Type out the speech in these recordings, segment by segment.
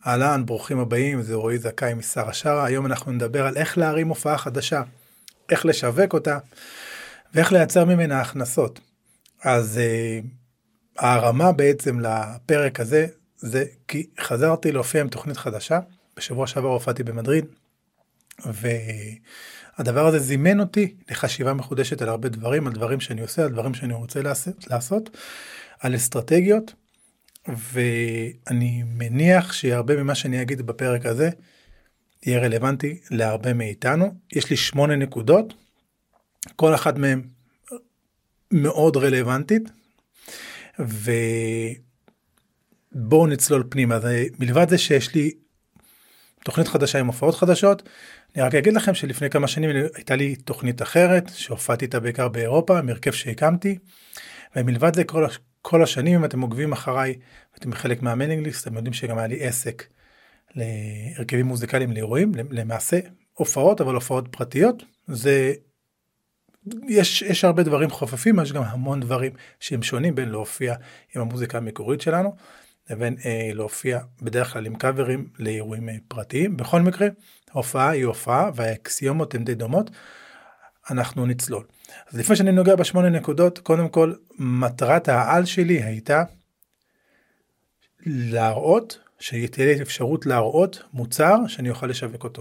אהלן, ברוכים הבאים, זה רועי זכאי משר השרה. היום אנחנו נדבר על איך להרים הופעה חדשה, איך לשווק אותה, ואיך לייצר ממנה הכנסות. אז הרמה בעצם לפרק הזה, זה כי חזרתי להופיע עם תוכנית חדשה, בשבוע שעבר הופעתי במדריד, והדבר הזה זימן אותי לחשיבה מחודשת על הרבה דברים, על דברים שאני עושה, על דברים שאני רוצה לעשות, על אסטרטגיות, ואני מניח שהרבה ממה שאני אגיד בפרק הזה יהיה רלוונטי להרבה מאיתנו. יש לי 8 נקודות, כל אחת מהן מאוד רלוונטית, ובואו נצלול פנימה. אז מלבד זה שיש לי תוכנית חדשה עם הופעות חדשות, אני רק אגיד לכם שלפני כמה שנים הייתה לי תוכנית אחרת, שהופעתי איתה בעיקר באירופה, מרכב שהקמתי, ומלבד זה כל השנים, אם אתם עוקבים אחריי, ואתם חלק מהמנינג ליסט, אתם יודעים שגם היה לי עסק להרכבים מוזיקליים לאירועים, למעשה הופעות, אבל הופעות פרטיות. יש הרבה דברים חופפים, יש גם המון דברים שהם שונים בין להופיע עם המוזיקה המקורית שלנו, לבין להופיע בדרך כלל עם קאברים לאירועים פרטיים. בכל מקרה, ההופעה היא הופעה, והאקסיומות הן די דומות, אנחנו נצלול. אז לפני שאני נוגע ב8 נקודות, קודם כל, מטרת העל שלי הייתה להראות, שתהיה לי אפשרות להראות מוצר שאני אוכל לשווק אותו.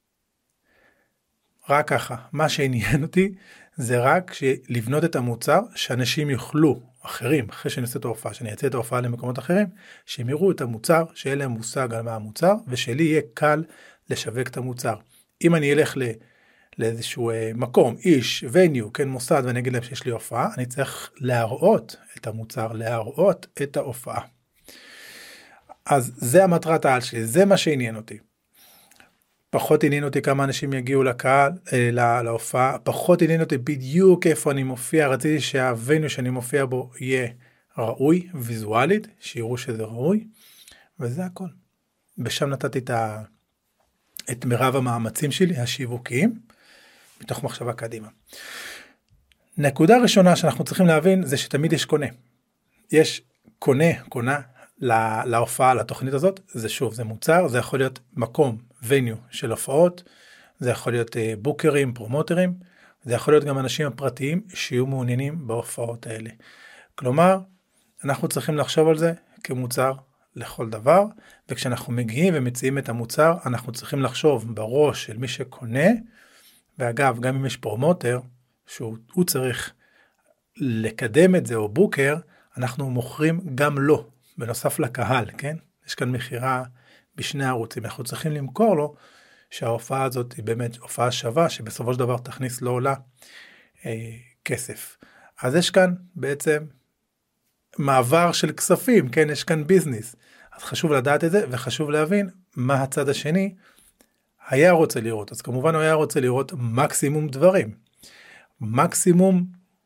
רק ככה, מה שעניין אותי זה רק לבנות את המוצר שאנשים יוכלו, אחרים, אחרי שאני אעשה את ההופעה, שאני אעשה את ההופעה למקומות אחרים, שהם יראו את המוצר, שיהיה להם מושג על מה המוצר, ושלי יהיה קל לשווק את המוצר. אם אני אלך לאיזשהו מקום, איש, וניו, כן, מוסד, ואני אגיד להם שיש לי הופעה, אני צריך להראות את המוצר, להראות את ההופעה. אז זה המטרת העל שלי, זה מה שעניין אותי. פחות עניין אותי כמה אנשים יגיעו לקהל, להופעה, פחות עניין אותי בדיוק איפה אני מופיע, רציתי שהווניו שאני מופיע בו יהיה ראוי, ויזואלית, שיראו שזה ראוי, וזה הכל. בשם נתתי את מרב המאמצים שלי, השיווקיים, מתוך מחשבה קדימה. נקודה ראשונה שאנחנו צריכים להבין, זה שתמיד יש קונה. יש קונה להופעה, לתוכנית הזאת, זה שוב, זה מוצר, זה יכול להיות מקום, וניו של הופעות, זה יכול להיות בוקרים, פרומוטרים, זה יכול להיות גם אנשים הפרטיים שיהיו מעוניינים בהופעות האלה. כלומר, אנחנו צריכים לחשוב על זה כמוצר לכל דבר, וכשאנחנו מגיעים ומציעים את המוצר, אנחנו צריכים לחשוב בראש של מי שקונה, ואגב, גם אם יש פרומוטר, שהוא צריך לקדם את זה, או בוקר, אנחנו מוכרים גם לו, בנוסף לקהל, כן? יש כאן מחירה בשני הערוצים, אנחנו צריכים למכור לו, שההופעה הזאת היא באמת הופעה שווה, שבסופו של דבר תכניס לו עולה כסף. אז יש כאן בעצם מעבר של כספים, כן? יש כאן ביזנס. אז חשוב לדעת את זה, וחשוב להבין מה הצד השני היה רוצה לראות. אז כמובן הוא היה רוצה לראות מקסימום דברים. מקסימום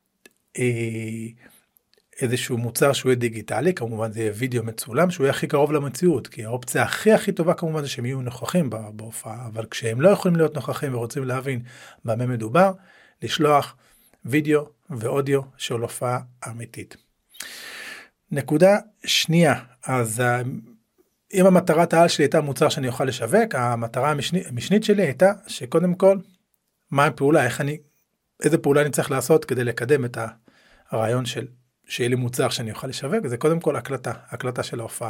איזשהו מוצר שהוא יהיה דיגיטלי, כמובן זה יהיה וידאו מצולם, שהוא יהיה הכי קרוב למציאות, כי האופציה הכי טובה כמובן זה שהם יהיו נוכחים בהופעה, אבל כשהם לא יכולים להיות נוכחים ורוצים להבין במה מדובר, לשלוח וידאו ואודיו של הופעה אמיתית. נקודה שנייה, אז אם המטרת העל שלי הייתה מוצר שאני אוכל לשווק, המטרה המשנית שלי הייתה שקודם כל, מה הפעולה, איזה פעולה אני צריך לעשות כדי לקדם את הרעיון שיהיה לי מוצר שאני אוכל לשווק, זה קודם כל הקלטה של ההופעה.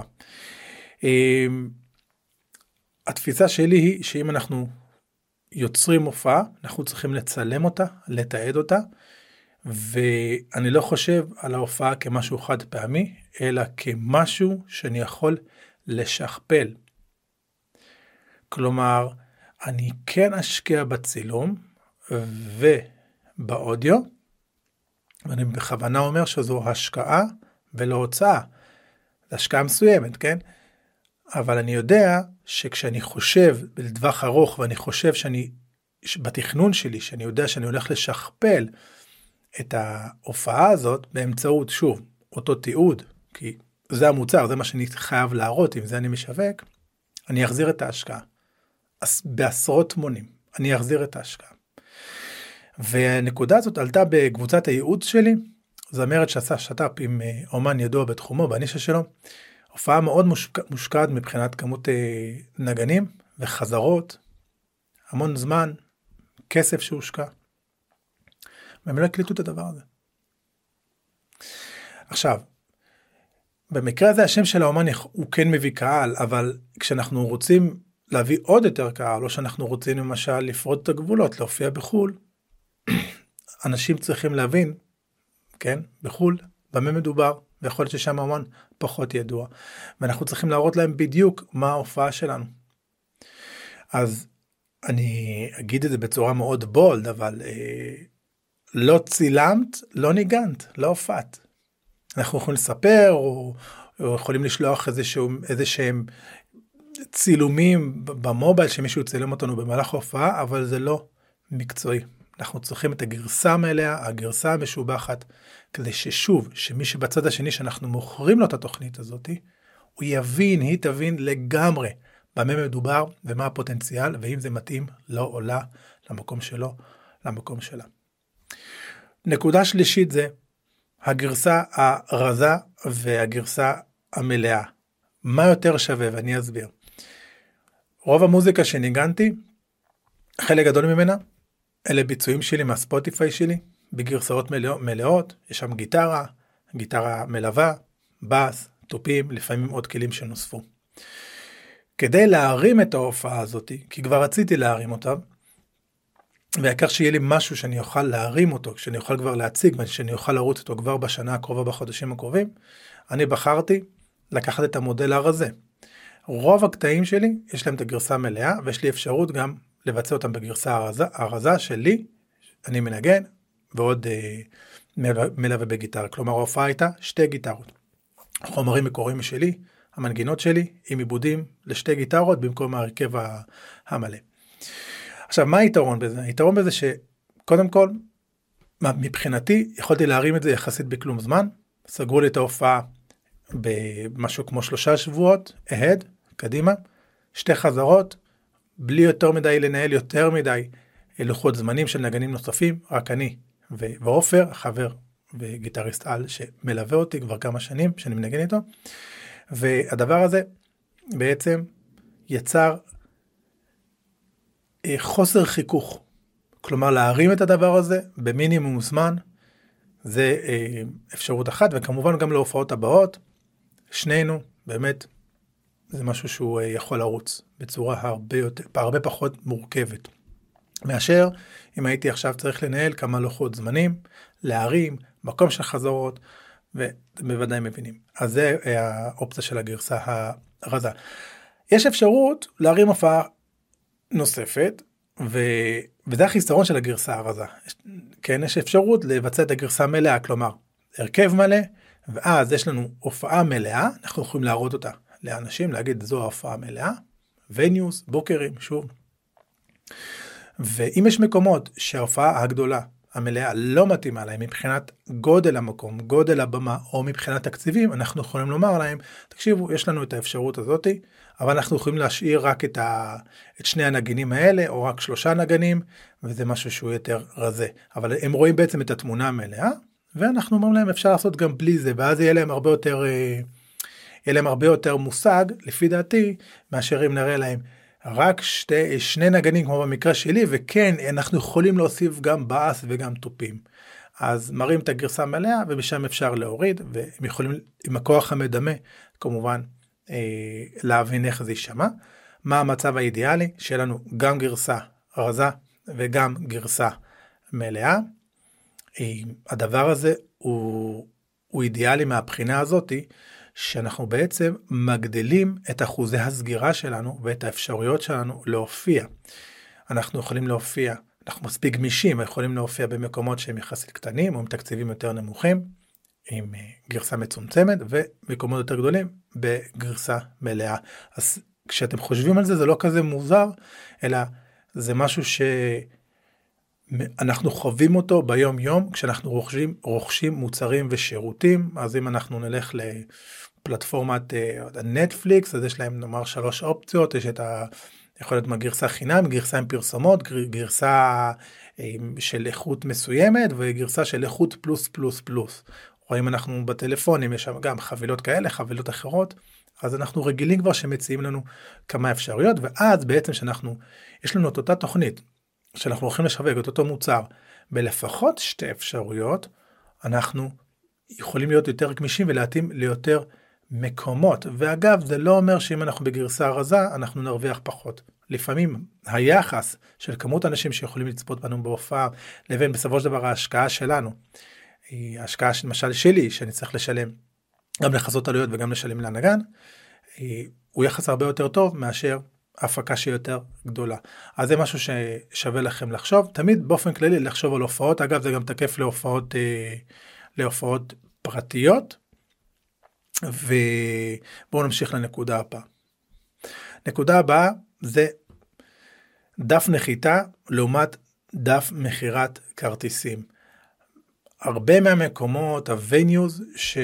התפיסה שלי היא שאם אנחנו יוצרים הופעה, אנחנו צריכים לצלם אותה, לתעד אותה, ואני לא חושב על ההופעה כמשהו חד פעמי, אלא כמשהו שאני יכול לשכפל. כלומר, אני כן אשקיע בצילום ובאודיו, ואני בכוונה אומר שזו השקעה ולא הוצאה. זו השקעה מסוימת, כן? אבל אני יודע שכשאני חושב בטווח ארוך, ואני חושב בתכנון שלי, שאני יודע שאני הולך לשכפל את ההופעה הזאת, באמצעות, שוב, אותו תיעוד, כי זה המוצר, זה מה שאני חייב להראות, אם זה אני משווק, אני אחזיר את ההשקעה. בעשרות מונים, אני אחזיר את ההשקעה. והנקודה הזאת עלתה בקבוצת הייעוץ שלי, זאת אומרת שעשה שטאפ עם אומן ידוע בתחומו, בנישה שלו, הופעה מאוד מושקעת מבחינת כמות נגנים וחזרות, המון זמן, כסף שהושקע, והם לא הקליטו את הדבר הזה. עכשיו, במקרה הזה השם של האומן הוא כן מביא קהל, אבל כשאנחנו רוצים להביא עוד יותר קהל, או שאנחנו רוצים למשל לפרוט את הגבולות, להופיע בחול, אנשים צריכים להבין, כן, בחול, במה מדובר, ויכול להיות ששם האומן פחות ידוע, ואנחנו צריכים להראות להם בדיוק מה ההופעה שלנו. אז אני אגיד את זה בצורה מאוד בולד, אבל לא צילמת, לא ניגנת, לא הופעת. אנחנו יכולים לספר, או יכולים לשלוח איזה שהם צילומים במובייל, שמישהו יצלם אותנו במהלך ההופעה, אבל זה לא מקצועי. אנחנו צריכים את הגרסה המלאה, הגרסה המשובחת, כדי ששוב, שמי שבצד השני שאנחנו מוכרים לו את התוכנית הזאת, הוא יבין, היא תבין לגמרי במה מדובר ומה הפוטנציאל, ואם זה מתאים לא עולה למקום שלו, למקום שלה. נקודה שלישית זה הגרסה הרזה והגרסה המלאה. מה יותר שווה? ואני אסביר. רוב המוזיקה שניגנתי, חלק גדול ממנה, אלה ביצועים שלי מהספוטיפיי שלי, בגרסאות מלאות, יש שם גיטרה מלווה, בס, טופים, לפעמים עוד כלים שנוספו. כדי להרים את ההופעה הזאת, כי כבר רציתי להרים אותה, והעיקר שיהיה לי משהו שאני אוכל להרים אותו, שאני אוכל כבר להציג, ושאני אוכל לרוץ אותו כבר בשנה הקרובה, בחודשים הקרובים, אני בחרתי לקחת את המודל הרזה. רוב הקטעים שלי, יש להם את הגרסה המלאה, ויש לי אפשרות גם לבצע אותם בגרסה הרזה שלי, אני מנגן, ועוד מלווה בגיטרה. כלומר, ההופעה הייתה 2 גיטרות. חומרים מקוריים שלי, המנגינות שלי, עם עיבודים ל2 גיטרות, במקום הרכב המלא. עכשיו, מה היתרון בזה? היתרון בזה שקודם כל, מבחינתי, יכולתי להרים את זה יחסית בכלום זמן, סגרו לי את ההופעה במשהו כמו 3 שבועות, קדימה, 2 חזרות, בלי יותר מדי לנהל יותר מדי לוחות זמנים של נגנים נוספים, רק אני ועופר, חבר וגיטריסט על שמלווה אותי כבר כמה שנים שאני מנגן איתו, והדבר הזה בעצם יצר חוסר חיכוך, כלומר להרים את הדבר הזה במינימום זמן, זה אפשרות אחת, וכמובן גם להופעות הבאות, שנינו באמת זה משהו שהוא יכול לרוץ בצורה הרבה פחות מורכבת. מאשר אם הייתי עכשיו צריך לנהל כמה לוחות זמנים, להרים, מקום של חזרות, ואתם בוודאי מבינים. אז זה האופציה של הגרסה הרזה. יש אפשרות להרים הופעה נוספת, וזה החיסרון של הגרסה הרזה. כן, יש אפשרות לבצע את הגרסה המלאה, כלומר, הרכב מלא, ואז יש לנו הופעה מלאה, אנחנו יכולים להראות אותה לאנשים, להגיד זו ההופעה המלאה, וניוס, בוקרים, שוב. ואם יש מקומות שההופעה הגדולה, המלאה, לא מתאימה להם מבחינת גודל המקום, גודל הבמה, או מבחינת תקציבים, אנחנו יכולים לומר להם, תקשיבו, יש לנו את האפשרות הזאת, אבל אנחנו יכולים להשאיר רק את 2 הנגנים האלה, או רק 3 נגנים, וזה משהו שהוא יותר רזה. אבל הם רואים בעצם את התמונה המלאה, ואנחנו אומרים להם, אפשר לעשות גם בלי זה, ואז יהיה להם הרבה יותר מושג, לפי דעתי, מאשר אם נראה להם רק 2 נגנים כמו במקרה שלי, וכן, אנחנו יכולים להוסיף גם בס וגם טופים. אז מראים את הגרסה המלאה, ומשם אפשר להוריד, והם יכולים, עם הכוח המדמה, כמובן, להבין איך זה יישמע. מה המצב האידיאלי? שיהיה לנו גם גרסה רזה, וגם גרסה מלאה. הדבר הזה הוא אידיאלי מהבחינה הזאת, שאנחנו בעצם מגדלים את אחוזי הסגירה שלנו ואת האפשרויות שלנו להופיע. אנחנו יכולים להופיע, אנחנו מספיק גמישים, יכולים להופיע במקומות שהם יחסית קטנים או עם תקציבים יותר נמוכים, עם גרסה מצומצמת, ומקומות יותר גדולים בגרסה מלאה. אז כשאתם חושבים על זה, זה לא כזה מוזר, אלא זה משהו שאנחנו חווים אותו ביום יום, כשאנחנו רוכשים מוצרים ושירותים. אז אם אנחנו נלך לפלטפורמת נטפליקס, אז יש להם נאמר 3 אופציות, יש את יכול להיות גרסה חינם, גרסה עם פרסומות, גרסה של איכות מסוימת, וגרסה של איכות פלוס פלוס פלוס. רואים אנחנו בטלפונים, יש שם גם חבילות כאלה, חבילות אחרות, אז אנחנו רגילים כבר שמציעים לנו כמה אפשרויות, ואז בעצם יש לנו את אותה תוכנית, שאנחנו הולכים לשווק את אותו מוצר, בלפחות 2 אפשרויות, אנחנו יכולים להיות יותר גמישים ולהתאים ליותר מקומות. ואגב, זה לא אומר שאם אנחנו בגרסה רזה, אנחנו נרוויח פחות. לפעמים היחס של כמות אנשים שיכולים לצפות בנו בהופעה, לבין בסופו של דבר ההשקעה שלנו, ההשקעה למשל שלי, שאני צריך לשלם גם לחזות עלויות וגם לשלם לנגן, הוא יחס הרבה יותר טוב מאשר הפקה שהיא יותר גדולה. אז זה משהו ששווה לכם לחשוב. תמיד באופן כללי לחשוב על הופעות. אגב, זה גם תקף להופעות פרטיות. ובואו נמשיך לנקודה הבאה. נקודה הבאה זה דף נחיתה לעומת דף מחירת כרטיסים. הרבה מהמקומות, הווניוז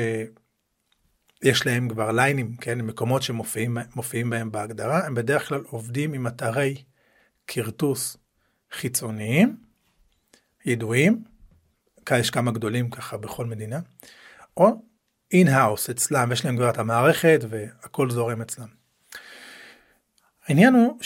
שיש להם כבר ליינים, כן, מקומות שמופיעים בהם בהגדרה, הם בדרך כלל עובדים עם אתרי כרטוס חיצוניים, ידועים, יש כמה גדולים ככה בכל מדינה, או אין-האוס אצלם, יש להם כבר את המערכת והכל זורם אצלם. העניין הוא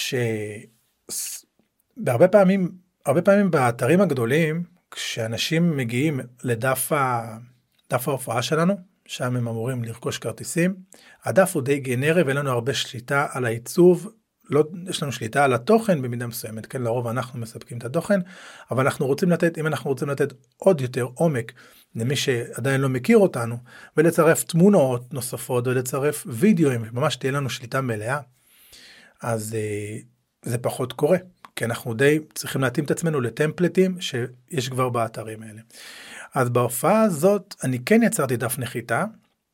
הרבה פעמים באתרים הגדולים, כשאנשים מגיעים לדף ההופעה שלנו, שם הם אמורים לרכוש כרטיסים, הדף הוא די גנרי ואין לנו הרבה שליטה על העיצוב, יש לנו שליטה על התוכן במידה מסוימת, כן, לרוב אנחנו מספקים את התוכן, אבל אם אנחנו רוצים לתת עוד יותר עומק למי שעדיין לא מכיר אותנו, ולצרף תמונות נוספות ולצרף וידאוים, ממש תהיה לנו שליטה מלאה, אז זה פחות קורה, כי אנחנו די צריכים להתאים את עצמנו לטמפלטים שיש כבר באתרים האלה. אז בהופעה הזאת אני כן יצרתי דף נחיתה,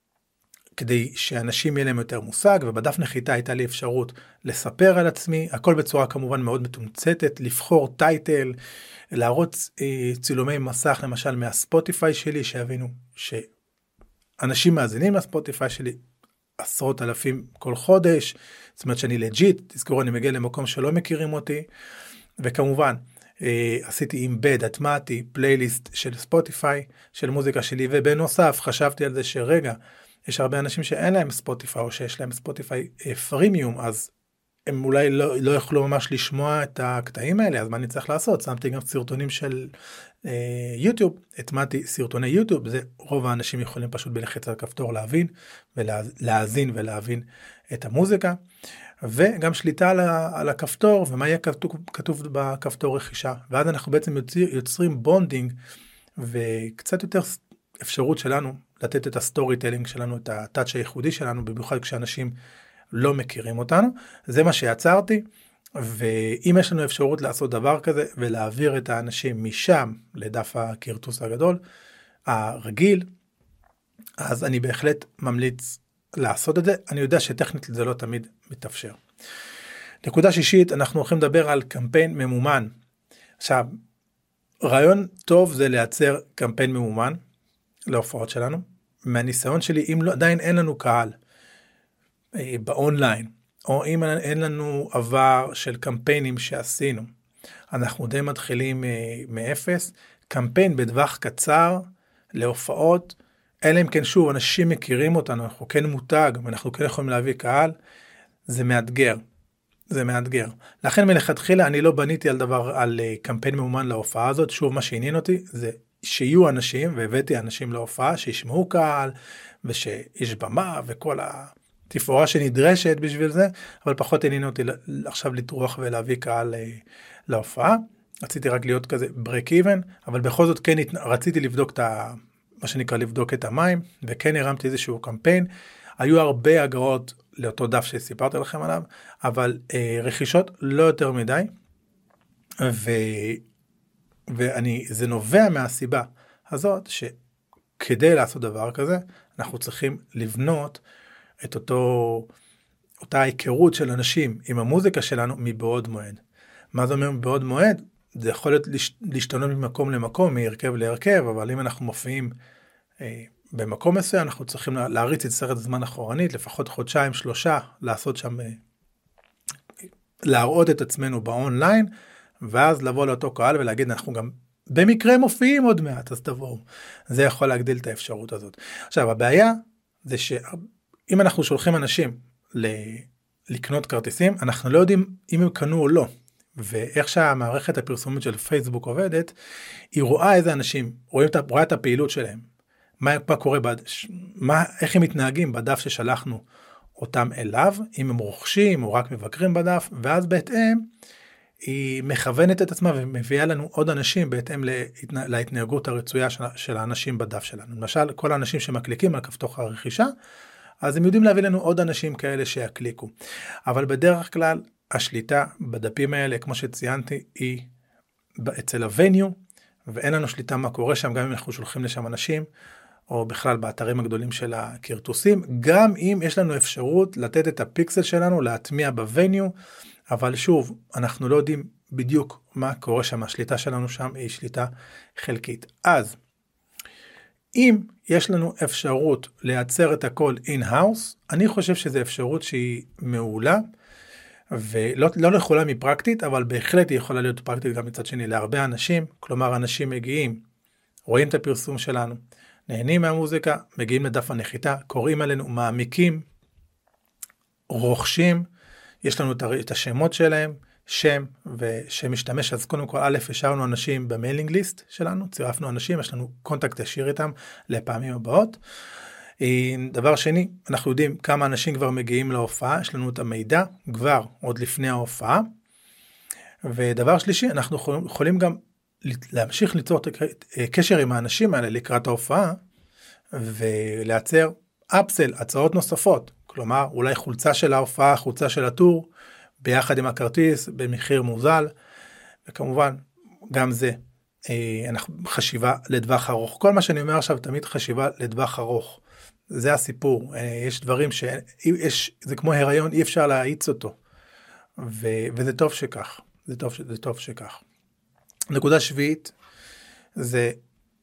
כדי שאנשים יהיה להם יותר מושג, ובדף נחיתה הייתה לי אפשרות לספר על עצמי, הכל בצורה כמובן מאוד מתומצתת, לבחור טייטל, להראות צילומי מסך למשל מהספוטיפיי שלי, שיבינו שאנשים מאזינים לספוטיפיי שלי, 10,000 כל חודש, זאת אומרת שאני לג'יט, תזכרו אני מגיע למקום שלא מכירים אותי, וכמובן עשיתי אימבד, הטמעתי פלייליסט של ספוטיפיי, של מוזיקה שלי, ובנוסף חשבתי על זה שרגע, יש הרבה אנשים שאין להם ספוטיפיי, או שיש להם ספוטיפיי פרימיום, אז הם אולי לא יכולו ממש לשמוע את הקטעים האלה, אז מה אני צריך לעשות? שמתי גם סרטונים של יוטיוב, הטמעתי סרטוני יוטיוב, זה רוב האנשים יכולים פשוט בלחיצת כפתור להאזין ולהבין את המוזיקה, וגם שליטה על הכפתור, ומה יהיה כתוב בכפתור רכישה, ואז אנחנו בעצם יוצרים בונדינג, וקצת יותר אפשרות שלנו, לתת את הסטורי טלינג שלנו, את הטאץ' הייחודי שלנו, במיוחד כשאנשים לא מכירים אותנו, זה מה שיצרתי, ואם יש לנו אפשרות לעשות דבר כזה, ולהעביר את האנשים משם, לדף הכרטוס הגדול, הרגיל, אז אני בהחלט ממליץ לעשות את זה, אני יודע שטכנית זה לא תמיד מתאפשר. נקודה שישית, אנחנו הולכים לדבר על קמפיין ממומן. עכשיו, רעיון טוב זה לייצר קמפיין ממומן, להופעות שלנו, מהניסיון שלי, אם עדיין אין לנו קהל באונליין, או אם אין לנו עבר של קמפיינים שעשינו, אנחנו די מתחילים מאפס, קמפיין בטווח קצר להופעות, אלא אם כן שוב, אנשים מכירים אותנו, אנחנו כן מותג, אנחנו כן יכולים להביא קהל, זה מאתגר. זה מאתגר. לכן מלכתחילה אני לא בניתי על קמפיין ממומן להופעה הזאת, שוב מה שעניין אותי זה שיהיו אנשים, והבאתי אנשים להופעה, שישמעו קהל, ושיש במה, וכל התפאורה שנדרשת בשביל זה, אבל פחות עניין אותי עכשיו לטרוח ולהביא קהל להופעה, רציתי רק להיות כזה break even, אבל בכל זאת כן רציתי לבדוק מה שנקרא לבדוק את המים, וכן הרמתי איזשהו קמפיין, היו הרבה אגרות לאותו דף שסיפרתי לכם עליו, אבל רכישות לא יותר מדי, זה נובע מהסיבה הזאת, שכדי לעשות דבר כזה, אנחנו צריכים לבנות את אותה היכרות של אנשים עם המוזיקה שלנו מבעוד מועד. מה זה אומר מבעוד מועד? זה יכול להיות להשתנות ממקום למקום, מהרכב להרכב, אבל אם אנחנו מופיעים במקום מסוים, אנחנו צריכים להריץ את סרט הזמן אחורנית, לפחות חודשיים, 3, לעשות שם, להראות את עצמנו באונליין, ואז לבוא לאותו קהל ולהגיד, אנחנו גם במקרה מופיעים עוד מעט, אז תבואו. זה יכול להגדיל את האפשרות הזאת. עכשיו, הבעיה זה אם אנחנו שולחים אנשים לקנות כרטיסים, אנחנו לא יודעים אם הם קנו או לא. ואיך שהמערכת הפרסומית של פייסבוק עובדת, היא רואה איזה אנשים, רואה את הפעילות שלהם, מה קורה, איך הם מתנהגים בדף ששלחנו אותם אליו, אם הם רוכשים או רק מבקרים בדף, ואז בהתאם היא מכוונת את עצמה ומביאה לנו עוד אנשים בהתאם להתנהגות הרצויה של האנשים בדף שלנו. למשל, כל האנשים שמקליקים על כפתור הרכישה, אז הם יודעים להביא לנו עוד אנשים כאלה שיקליקו. אבל בדרך כלל, השליטה בדפים האלה, כמו שציינתי, היא אצל הווניו, ואין לנו שליטה מה קורה שם, גם אם אנחנו שולחים לשם אנשים, או בכלל באתרים הגדולים של הכרטוסים, גם אם יש לנו אפשרות לתת את הפיקסל שלנו, להטמיע בווניו, אבל שוב, אנחנו לא יודעים בדיוק מה קורה שם, השליטה שלנו שם היא שליטה חלקית. אז, אם יש לנו אפשרות לייצר את הכל in-house, אני חושב שזו אפשרות שהיא מעולה, ולא יכולה מפרקטית, אבל בהחלט היא יכולה להיות פרקטית גם מצד שני להרבה אנשים, כלומר אנשים מגיעים, רואים את הפרסום שלנו, נהנים מהמוזיקה, מגיעים לדף הנחיתה, קוראים עלינו, מעמיקים, רוכשים, יש לנו את השמות שלהם, שם ושם משתמש, אז קודם כל א', השארנו אנשים במיילינג ליסט שלנו, צירפנו אנשים, יש לנו קונטקט ישיר איתם לפעמים הבאות. דבר שני, אנחנו יודעים כמה אנשים כבר מגיעים להופעה, יש לנו את המידע כבר עוד לפני ההופעה. ודבר שלישי, אנחנו יכולים גם להמשיך ליצור קשר עם האנשים האלה לקראת ההופעה, ולייצר אפסל, הצעות נוספות, כלומר אולי חולצה של ההופעה, חולצה של הטור, ביחד עם הכרטיס, במחיר מוזל, וכמובן גם זה, חשיבה לדווח ארוך. כל מה שאני אומר עכשיו תמיד חשיבה לדווח ארוך. זה הסיפור. יש דברים זה כמו הריון, אי אפשר להאיץ אותו. וזה טוב שכך. זה טוב שכך. נקודה שביעית, זה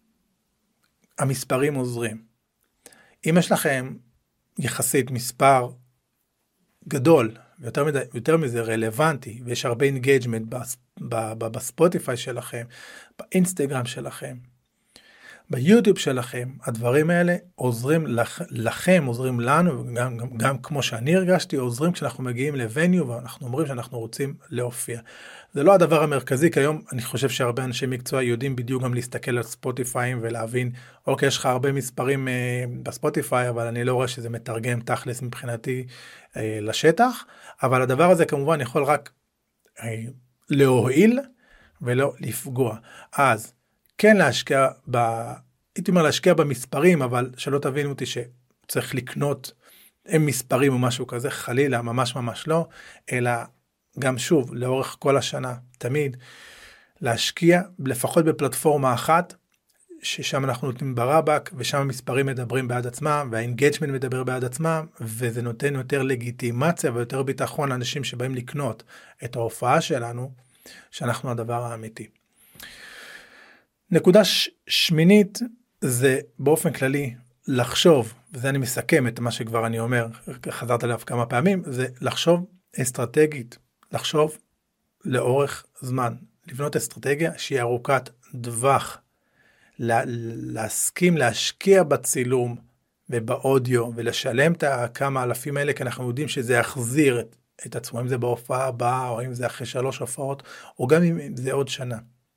המספרים עוזרים. אם יש לכם יחסית מספר גדול, ויותר מזה רלוונטי, ויש הרבה אינגייג'מנט בספוטיפיי שלכם, באינסטגרם שלכם, ביוטיוב שלכם, הדברים האלה עוזרים לכם, עוזרים לנו, גם כמו שאני הרגשתי, עוזרים כשאנחנו מגיעים לווניו, ואנחנו אומרים שאנחנו רוצים להופיע. זה לא הדבר המרכזי, כי היום אני חושב שהרבה אנשי מקצוע יודעים בדיוק גם להסתכל על ספוטיפיים, ולהבין, אוקיי, יש לך הרבה מספרים בספוטיפיי, אבל אני לא רואה שזה מתרגם תכלס מבחינתי לשטח, אבל הדבר הזה כמובן יכול רק להועיל, ולא לפגוע. אז, כן הייתי אומר להשקיע במספרים, אבל שלא תבינו אותי שצריך לקנות עם מספרים או משהו כזה, חלילה, ממש ממש לא, אלא גם שוב, לאורך כל השנה, תמיד, להשקיע לפחות בפלטפורמה אחת, ששם אנחנו נותנים ברבק, ושם המספרים מדברים בעד עצמם, והאינגייג'מנט מדבר בעד עצמם, וזה נותן יותר לגיטימציה ויותר ביטחון לאנשים שבאים לקנות את ההופעה שלנו, שאנחנו הדבר האמיתי. נקודה שמינית זה באופן כללי לחשוב, וזה אני מסכם את מה שכבר אני אומר, חזרת עליו כמה פעמים, זה לחשוב אסטרטגית, לחשוב לאורך זמן, לבנות אסטרטגיה שהיא ארוכת טווח, להסכים להשקיע בצילום ובאודיו, ולשלם את כמה אלפים האלה, כי אנחנו יודעים שזה יחזיר את עצמו, אם זה בהופעה הבאה, או אם זה אחרי 3 הופעות, או גם אם זה עוד שנה.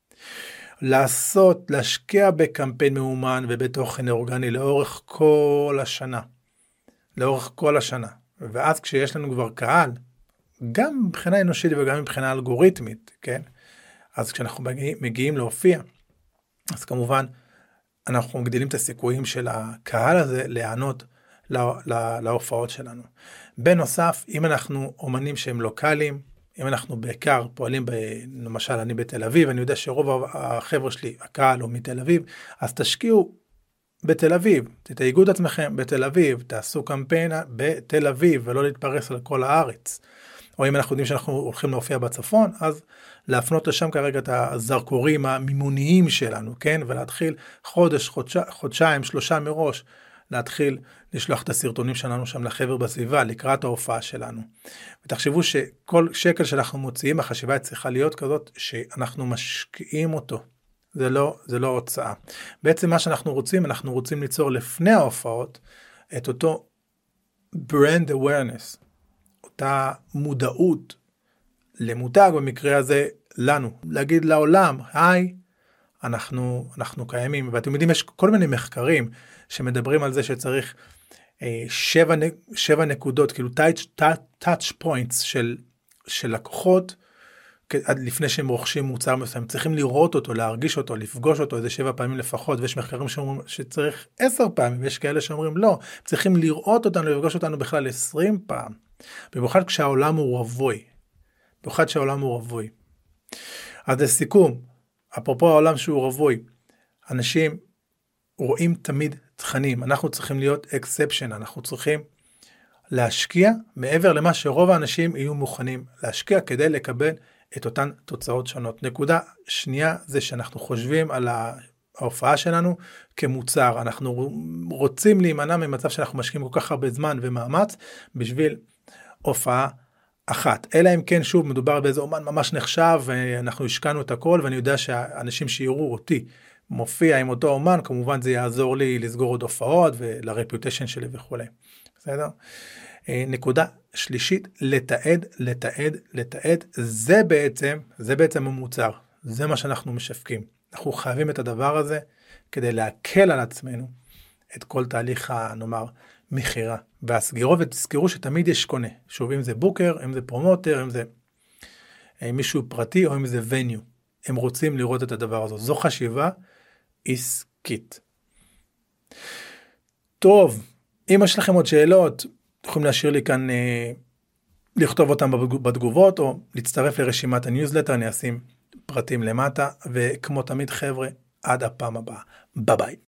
להשקיע בקמפיין מאומן ובתוכן אורגני לאורך כל השנה. לאורך כל השנה. ואז כשיש לנו כבר קהל, גם מבחינה אנושית וגם מבחינה אלגוריתמית, כן? אז כשאנחנו מגיעים להופיע, אז כמובן אנחנו מגדילים את הסיכויים של הקהל הזה להיענות להופעות שלנו. בנוסף, אם אנחנו אומנים שהם לוקליים, אם אנחנו בעיקר פועלים, למשל אני בתל אביב, אני יודע שרוב החבר'ה שלי, הקהל הוא מתל אביב, אז תשקיעו בתל אביב, תתייגו את עצמכם בתל אביב, תעשו קמפיין בתל אביב, ולא להתפרס על כל הארץ. או אם אנחנו יודעים שאנחנו הולכים להופיע בצפון, אז להפנות לשם כרגע את הזרקורים המימוניים שלנו, כן? ולהתחיל חודשיים, 3 מראש, להתחיל לשלוח את הסרטונים שלנו שם לחבר בסביבה, לקראת ההופעה שלנו. ותחשבו שכל שקל שאנחנו מוציאים, החשיבה צריכה להיות כזאת שאנחנו משקיעים אותו. זה לא הוצאה. בעצם מה שאנחנו רוצים, אנחנו רוצים ליצור לפני ההופעות את אותו brand awareness, אותה מודעות למותג, במקרה הזה לנו, להגיד לעולם, היי, אנחנו קיימים, ואתם יודעים, יש כל מיני מחקרים שמדברים על זה שצריך 7 נקודות, כאילו touch points של לקוחות, עד לפני שהם רוכשים מוצר מסוים, צריכים לראות אותו, להרגיש אותו, לפגוש אותו איזה 7 פעמים לפחות, ויש מחקרים שאומרים שצריך 10 פעמים, ויש כאלה שאומרים לא, צריכים לראות אותנו, לפגוש אותנו בכלל 20 פעם, במיוחד כשהעולם הוא רווי, אז לסיכום, אפרופו העולם שהוא רווי, אנשים רואים תמיד תכנים, אנחנו צריכים להיות exception, אנחנו צריכים להשקיע מעבר למה שרוב האנשים יהיו מוכנים להשקיע כדי לקבל את אותן תוצאות שונות. נקודה שנייה זה שאנחנו חושבים על ההופעה שלנו כמוצר, אנחנו רוצים להימנע ממצב שאנחנו משקיעים כל כך הרבה זמן ומאמץ בשביל הופעה אחת. אלא אם כן שוב מדובר באיזה אומן ממש נחשב ואנחנו השקענו את הכל ואני יודע שהאנשים שיראו אותי מופיע עם אותו אומן, כמובן זה יעזור לי לסגור עוד הופעות ולרפיוטיישן שלי וכו'. בסדר? נקודה שלישית, לתעד, זה בעצם המוצר, זה מה שאנחנו משווקים. אנחנו חייבים את הדבר הזה כדי להקל על עצמנו את כל תהליך נאמר מחירה והסגירות, ותזכרו שתמיד יש קונה, שוב אם זה בוקר, אם זה פרומוטר, אם זה מישהו פרטי או אם זה וניו, הם רוצים לראות את הדבר הזה, זו חשיבה עסקית. טוב, אם יש לכם עוד שאלות, יכולים להשאיר לי כאן, לכתוב אותם בתגובות, או להצטרף לרשימת הניוזלטר, אני אשים פרטים למטה, וכמו תמיד חבר'ה, עד הפעם הבאה. ביי ביי.